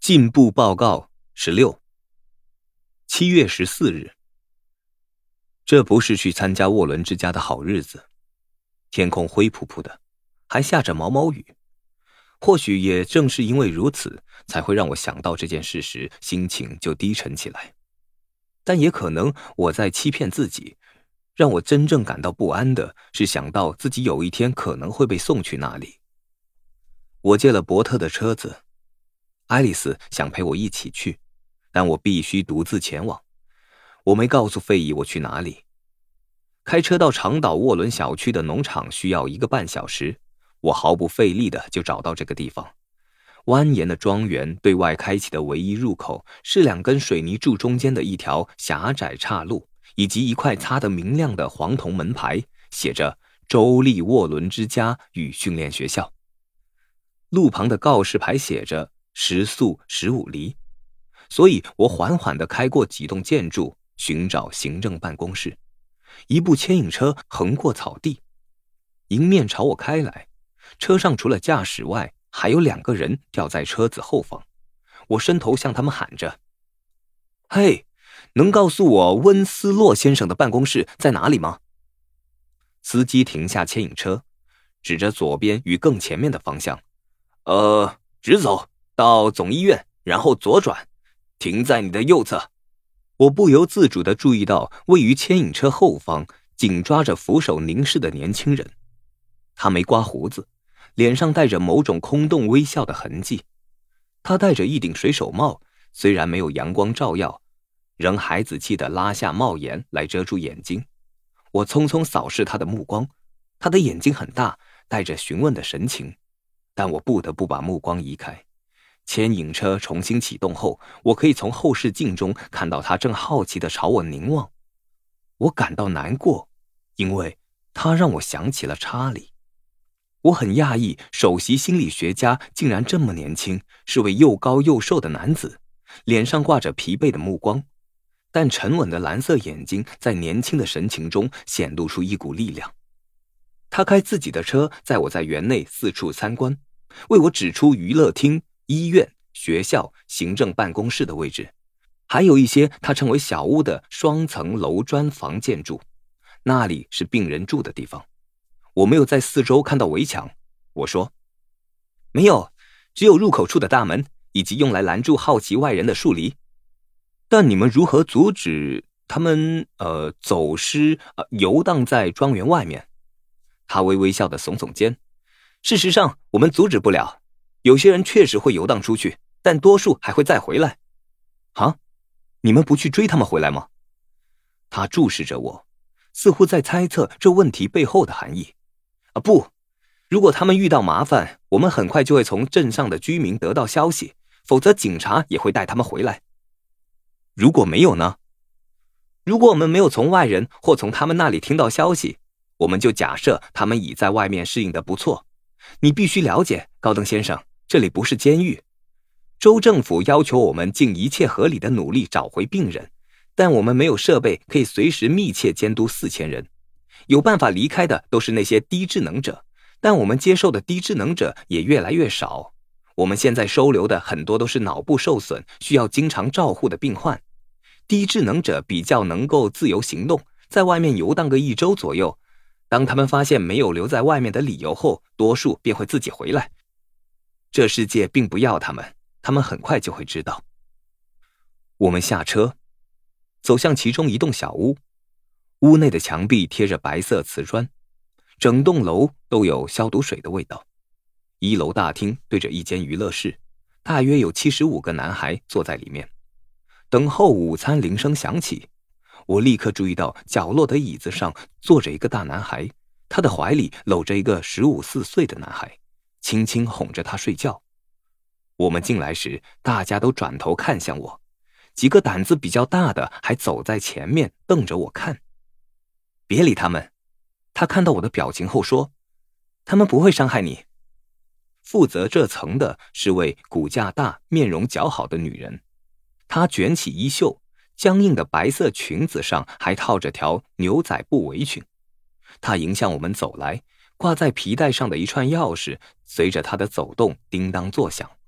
进步报告16 7月14日。这不是去参加沃伦之家的好日子，天空灰扑扑的，还下着毛毛雨。或许也正是因为如此，才会让我想到这件事时心情就低沉起来。但也可能我在欺骗自己，让我真正感到不安的是想到自己有一天可能会被送去那里。我借了伯特的车子，爱丽丝想陪我一起去，但我必须独自前往。我没告诉费姨我去哪里。开车到长岛沃伦小区的农场需要1个半小时，我毫不费力的就找到这个地方。蜿蜒的庄园对外开启的唯一入口是2根水泥柱中间的一条狭窄岔路，以及一块擦得明亮的黄铜门牌，写着州立沃伦之家与训练学校。路旁的告示牌写着时速15厘，所以我缓缓地开过几栋建筑，寻找行政办公室。一部牵引车横过草地，迎面朝我开来，车上除了驾驶外，还有2个人吊在车子后方。我伸头向他们喊着：嘿，能告诉我温斯洛先生的办公室在哪里吗？司机停下牵引车，指着左边与更前面的方向。直走到总医院，然后左转，停在你的右侧。我不由自主地注意到位于牵引车后方紧抓着扶手凝视的年轻人。他没刮胡子，脸上带着某种空洞微笑的痕迹。他戴着一顶水手帽，虽然没有阳光照耀，仍孩子气地拉下帽檐来遮住眼睛。我匆匆扫视他的目光，他的眼睛很大，带着询问的神情，但我不得不把目光移开。牵引车重新启动后，我可以从后视镜中看到他正好奇地朝我凝望。我感到难过，因为他让我想起了查理。我很讶异，首席心理学家竟然这么年轻，是位又高又瘦的男子，脸上挂着疲惫的目光，但沉稳的蓝色眼睛在年轻的神情中显露出一股力量。他开自己的车载我在园内四处参观，为我指出娱乐厅、医院、学校、行政办公室的位置，还有一些他称为小屋的双层楼砖房建筑，那里是病人住的地方。我没有在四周看到围墙，我说，没有，只有入口处的大门以及用来拦住好奇外人的树篱。但你们如何阻止他们走失游荡在庄园外面？他微微笑地耸耸肩。事实上我们阻止不了，有些人确实会游荡出去，但多数还会再回来。啊，你们不去追他们回来吗？他注视着我，似乎在猜测这问题背后的含义。不，如果他们遇到麻烦，我们很快就会从镇上的居民得到消息，否则警察也会带他们回来。如果没有呢？如果我们没有从外人或从他们那里听到消息，我们就假设他们已在外面适应得不错。你必须了解，高登先生，这里不是监狱。州政府要求我们尽一切合理的努力找回病人，但我们没有设备可以随时密切监督4000人。有办法离开的都是那些低智能者，但我们接受的低智能者也越来越少。我们现在收留的很多都是脑部受损，需要经常照护的病患。低智能者比较能够自由行动，在外面游荡个1周左右。当他们发现没有留在外面的理由后，多数便会自己回来。这世界并不要他们，他们很快就会知道。我们下车，走向其中一栋小屋。屋内的墙壁贴着白色瓷砖，整栋楼都有消毒水的味道。1楼大厅对着一间娱乐室，大约有75个男孩坐在里面。等候午餐铃声响起，我立刻注意到角落的椅子上坐着一个大男孩，他的怀里搂着一个15、14岁的男孩，轻轻哄着他睡觉。我们进来时，大家都转头看向我，几个胆子比较大的还走在前面瞪着我看。别理他们，他看到我的表情后说，他们不会伤害你。负责这层的是位骨架大、面容姣好的女人，她卷起衣袖，僵硬的白色裙子上还套着条牛仔布围裙。她迎向我们走来，挂在皮带上的一串钥匙随着她的走动叮当作响。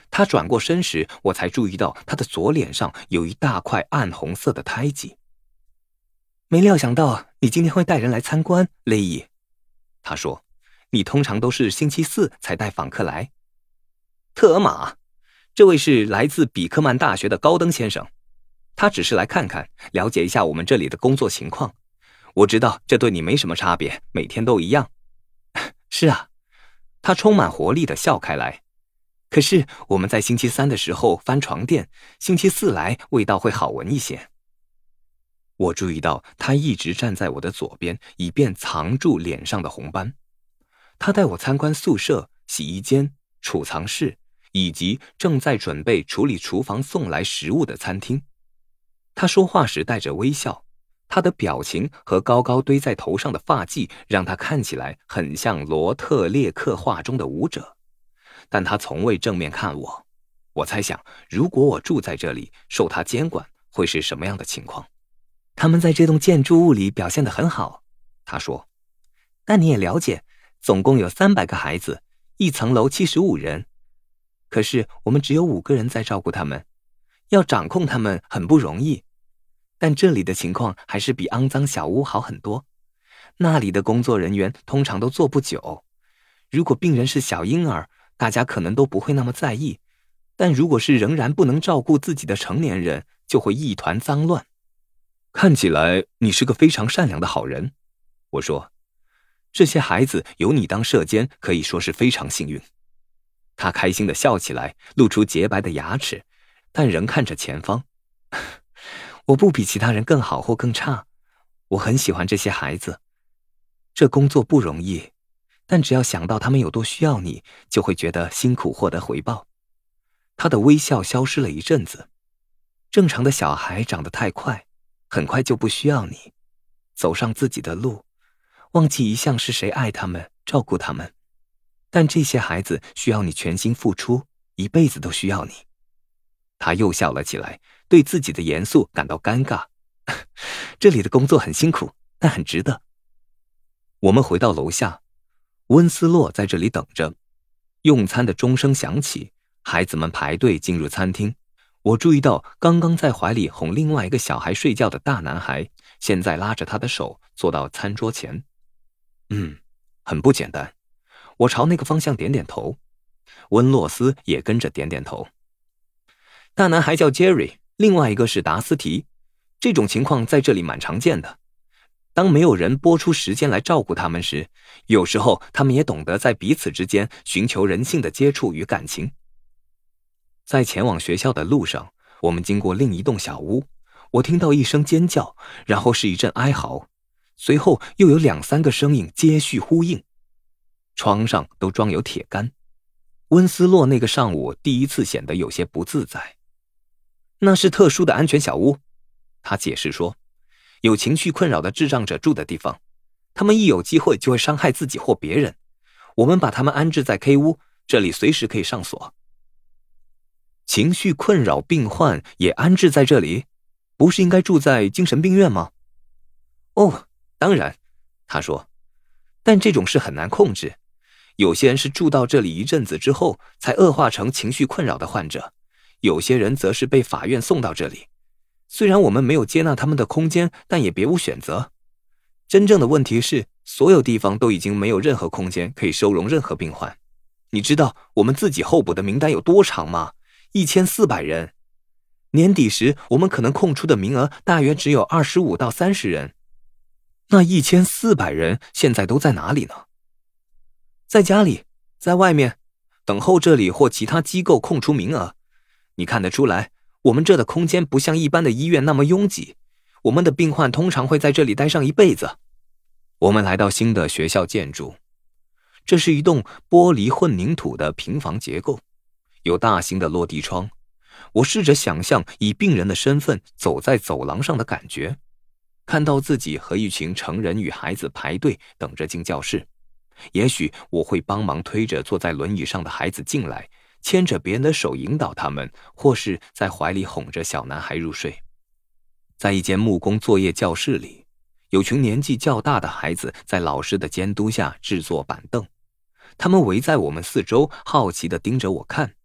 他转过身时，我才注意到他的左脸上有一大块暗红色的胎记。没料想到你今天会带人来参观，雷伊。他说，你通常都是星期四才带访客来。特尔玛，这位是来自比克曼大学的高登先生，他只是来看看，了解一下我们这里的工作情况。我知道这对你没什么差别，每天都一样。是啊，他充满活力地笑开来。可是我们在星期三的时候翻床垫，星期四来味道会好闻一些。我注意到他一直站在我的左边，以便藏住脸上的红斑。他带我参观宿舍、洗衣间、储藏室，以及正在准备处理厨房送来食物的餐厅。他说话时带着微笑，他的表情和高高堆在头上的发髻让他看起来很像罗特列克画中的舞者。但他从未正面看我。我猜想，如果我住在这里，受他监管，会是什么样的情况？他们在这栋建筑物里表现得很好，他说。但你也了解，总共有300个孩子，一层楼75人。可是我们只有5个人在照顾他们，要掌控他们很不容易。但这里的情况还是比肮脏小屋好很多。那里的工作人员通常都做不久。如果病人是小婴儿，大家可能都不会那么在意，但如果是仍然不能照顾自己的成年人，就会一团脏乱。看起来你是个非常善良的好人，我说。这些孩子有你当舍监，可以说是非常幸运。他开心地笑起来，露出洁白的牙齿，但仍看着前方。我不比其他人更好或更差，我很喜欢这些孩子。这工作不容易，但只要想到他们有多需要你，就会觉得辛苦获得回报。他的微笑消失了一阵子。正常的小孩长得太快，很快就不需要你，走上自己的路，忘记一向是谁爱他们，照顾他们。但这些孩子需要你全心付出，一辈子都需要你。他又笑了起来，对自己的严肃感到尴尬。这里的工作很辛苦，但很值得。我们回到楼下，温斯洛在这里等着。用餐的钟声响起，孩子们排队进入餐厅。我注意到刚刚在怀里哄另外一个小孩睡觉的大男孩，现在拉着他的手坐到餐桌前。很不简单。我朝那个方向点点头。温洛斯也跟着点点头。大男孩叫 Jerry， 另外一个是达斯提。这种情况在这里蛮常见的。当没有人拨出时间来照顾他们时，有时候他们也懂得在彼此之间寻求人性的接触与感情。在前往学校的路上，我们经过另一栋小屋，我听到一声尖叫，然后是一阵哀嚎，随后又有2、3个声音接续呼应。窗上都装有铁杆。温斯洛那个上午第一次显得有些不自在。那是特殊的安全小屋，他解释说，有情绪困扰的智障者住的地方，他们一有机会就会伤害自己或别人。我们把他们安置在 K 屋，这里随时可以上锁。情绪困扰病患也安置在这里？不是应该住在精神病院吗？哦，当然，他说，但这种事很难控制。有些人是住到这里一阵子之后才恶化成情绪困扰的患者，有些人则是被法院送到这里。虽然我们没有接纳他们的空间，但也别无选择。真正的问题是，所有地方都已经没有任何空间可以收容任何病患。你知道我们自己候补的名单有多长吗？1400人。年底时我们可能空出的名额大约只有25到30人。那1400人现在都在哪里呢？在家里，在外面，等候这里或其他机构空出名额。你看得出来，我们这的空间不像一般的医院那么拥挤，我们的病患通常会在这里待上一辈子。我们来到新的学校建筑，这是一栋玻璃混凝土的平房结构，有大型的落地窗。我试着想象以病人的身份走在走廊上的感觉，看到自己和一群成人与孩子排队等着进教室。也许我会帮忙推着坐在轮椅上的孩子进来，牵着别人的手引导他们，或是在怀里哄着小男孩入睡。在一间木工作业教室里，有群年纪较大的孩子在老师的监督下制作板凳，他们围在我们四周，好奇地盯着我看。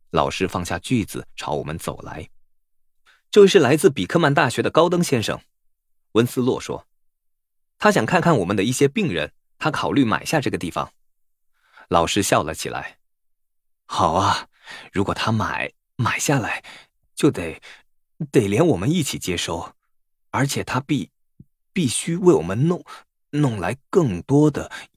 老师放下锯子朝我们走来。这位是来自比克曼大学的高登先生，温斯洛说。他想看看我们的一些病人，他考虑买下这个地方。老师笑了起来。好啊，如果他买下来，就得连我们一起接收，而且他必须为我们弄来更多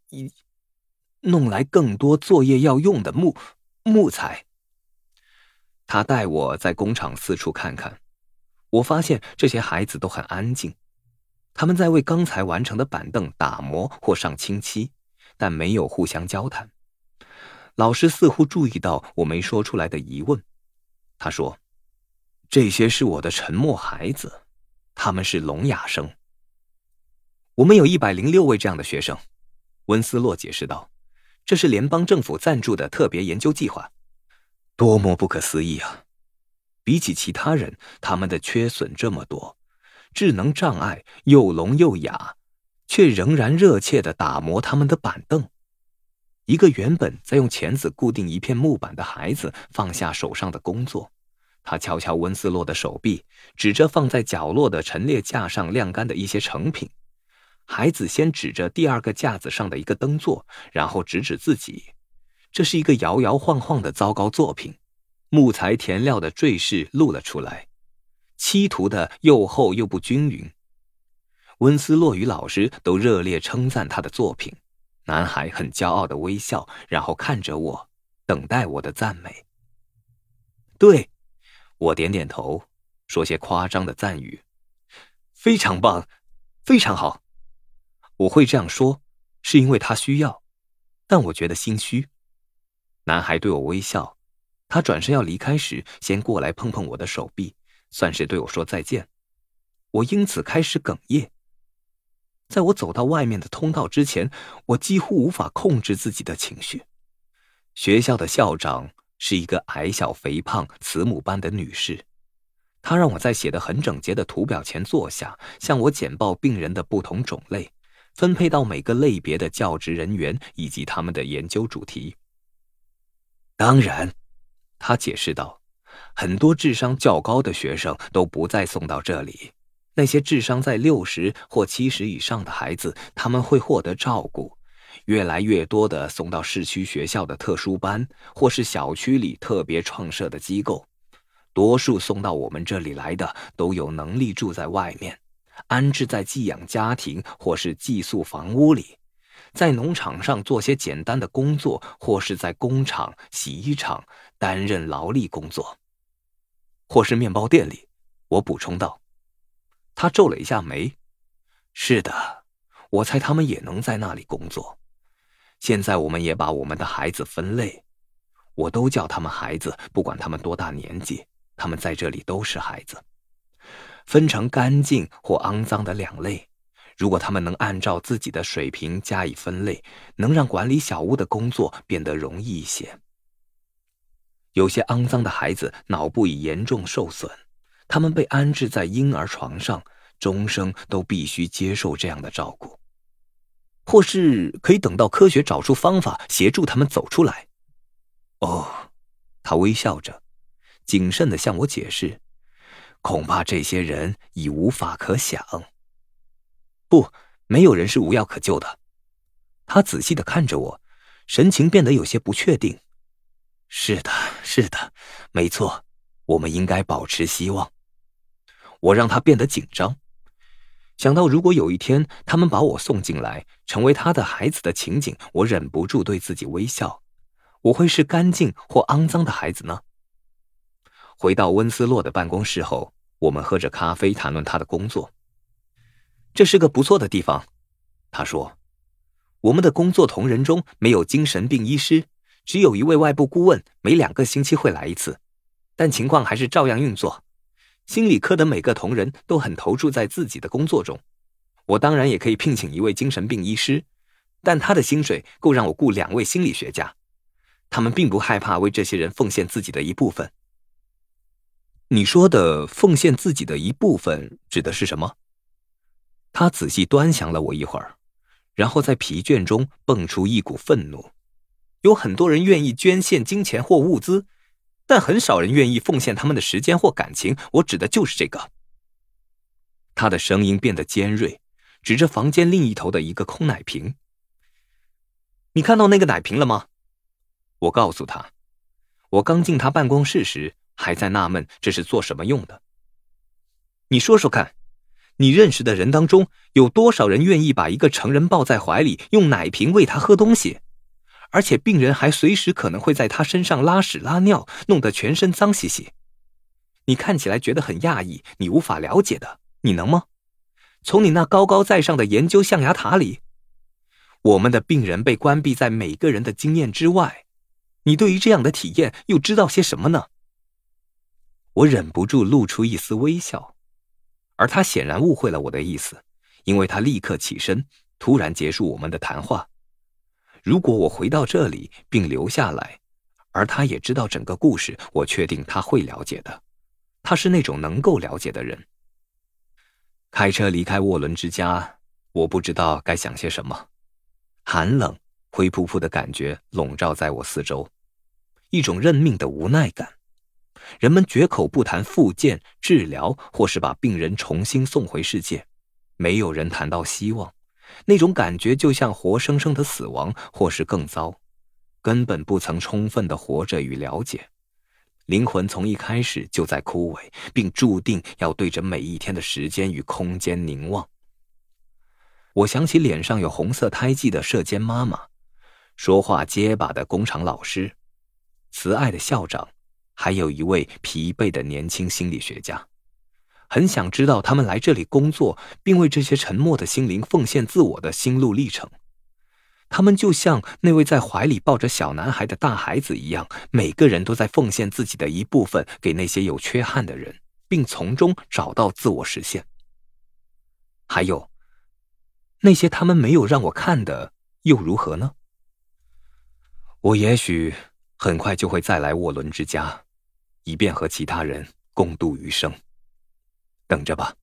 作业要用的木材。他带我在工厂四处看看，我发现这些孩子都很安静，他们在为刚才完成的板凳打磨或上清漆，但没有互相交谈。老师似乎注意到我没说出来的疑问，他说：“这些是我的沉默孩子，他们是聋哑生。”我们有106位这样的学生，温斯洛解释道，这是联邦政府赞助的特别研究计划。多么不可思议啊！比起其他人，他们的缺损这么多，智能障碍又聋又哑，却仍然热切地打磨他们的板凳。一个原本在用钳子固定一片木板的孩子放下手上的工作，他敲敲温斯洛的手臂，指着放在角落的陈列架上晾干的一些成品。孩子先指着第二个架子上的一个灯座，然后指指自己。这是一个摇摇晃晃的糟糕作品，木材填料的坠饰露了出来，漆涂的又厚又不均匀。温斯洛与老师都热烈称赞他的作品，男孩很骄傲地微笑，然后看着我，等待我的赞美。对，我点点头，说些夸张的赞语。非常棒，非常好。我会这样说，是因为他需要，但我觉得心虚。男孩对我微笑，他转身要离开时，先过来碰碰我的手臂，算是对我说再见。我因此开始哽咽。在我走到外面的通道之前，我几乎无法控制自己的情绪。学校的校长是一个矮小肥胖慈母般的女士，她让我在写得很整洁的图表前坐下，向我简报病人的不同种类，分配到每个类别的教职人员以及他们的研究主题。当然，他解释道，很多智商较高的学生都不再送到这里，那些智商在60或70以上的孩子，他们会获得照顾，越来越多的送到市区学校的特殊班，或是小区里特别创设的机构。多数送到我们这里来的都有能力住在外面，安置在寄养家庭或是寄宿房屋里，在农场上做些简单的工作，或是在工厂、洗衣厂担任劳力工作，或是面包店里，我补充道。他皱了一下眉。是的，我猜他们也能在那里工作。现在我们也把我们的孩子分类，我都叫他们孩子，不管他们多大年纪，他们在这里都是孩子。分成干净或肮脏的2类，如果他们能按照自己的水平加以分类，能让管理小屋的工作变得容易一些。有些肮脏的孩子脑部已严重受损，他们被安置在婴儿床上，终生都必须接受这样的照顾。或是可以等到科学找出方法协助他们走出来。哦，他微笑着，谨慎地向我解释，恐怕这些人已无法可想。不，没有人是无药可救的。他仔细地看着我，神情变得有些不确定。是的，是的，没错，我们应该保持希望。我让他变得紧张，想到如果有一天他们把我送进来，成为他的孩子的情景，我忍不住对自己微笑。我会是干净或肮脏的孩子呢？回到温斯洛的办公室后，我们喝着咖啡谈论他的工作。这是个不错的地方，他说。我们的工作同仁中没有精神病医师，只有一位外部顾问，每2个星期会来一次，但情况还是照样运作。心理科的每个同仁都很投注在自己的工作中。我当然也可以聘请一位精神病医师，但他的薪水够让我雇2位心理学家。他们并不害怕为这些人奉献自己的一部分。你说的奉献自己的一部分指的是什么？他仔细端详了我一会儿，然后在疲倦中蹦出一股愤怒。有很多人愿意捐献金钱或物资， 但很少人愿意奉献他们的时间或感情，我指的就是这个。他的声音变得尖锐，指着房间另一头的一个空奶瓶。你看到那个奶瓶了吗？我告诉他，我刚进他办公室时还在纳闷这是做什么用的。你说说看，你认识的人当中有多少人愿意把一个成人抱在怀里，用奶瓶喂他喝东西？而且病人还随时可能会在他身上拉屎拉尿，弄得全身脏兮兮。你看起来觉得很讶异，你无法了解的，你能吗？从你那高高在上的研究象牙塔里，我们的病人被关闭在每个人的经验之外，你对于这样的体验又知道些什么呢？我忍不住露出一丝微笑，而他显然误会了我的意思，因为他立刻起身，突然结束我们的谈话。如果我回到这里并留下来，而他也知道整个故事，我确定他会了解的。他是那种能够了解的人。开车离开沃伦之家，我不知道该想些什么。寒冷、灰扑扑的感觉笼罩在我四周，一种认命的无奈感。人们绝口不谈复健、治疗，或是把病人重新送回世界，没有人谈到希望。那种感觉就像活生生的死亡，或是更糟，根本不曾充分的活着与了解。灵魂从一开始就在枯萎，并注定要对着每一天的时间与空间凝望。我想起脸上有红色胎记的舍监妈妈，说话结巴的工厂老师，慈爱的校长，还有一位疲惫的年轻心理学家。很想知道他们来这里工作，并为这些沉默的心灵奉献自我的心路历程。他们就像那位在怀里抱着小男孩的大孩子一样，每个人都在奉献自己的一部分给那些有缺憾的人，并从中找到自我实现。还有，那些他们没有让我看的又如何呢？我也许很快就会再来沃伦之家，以便和其他人共度余生。等着吧。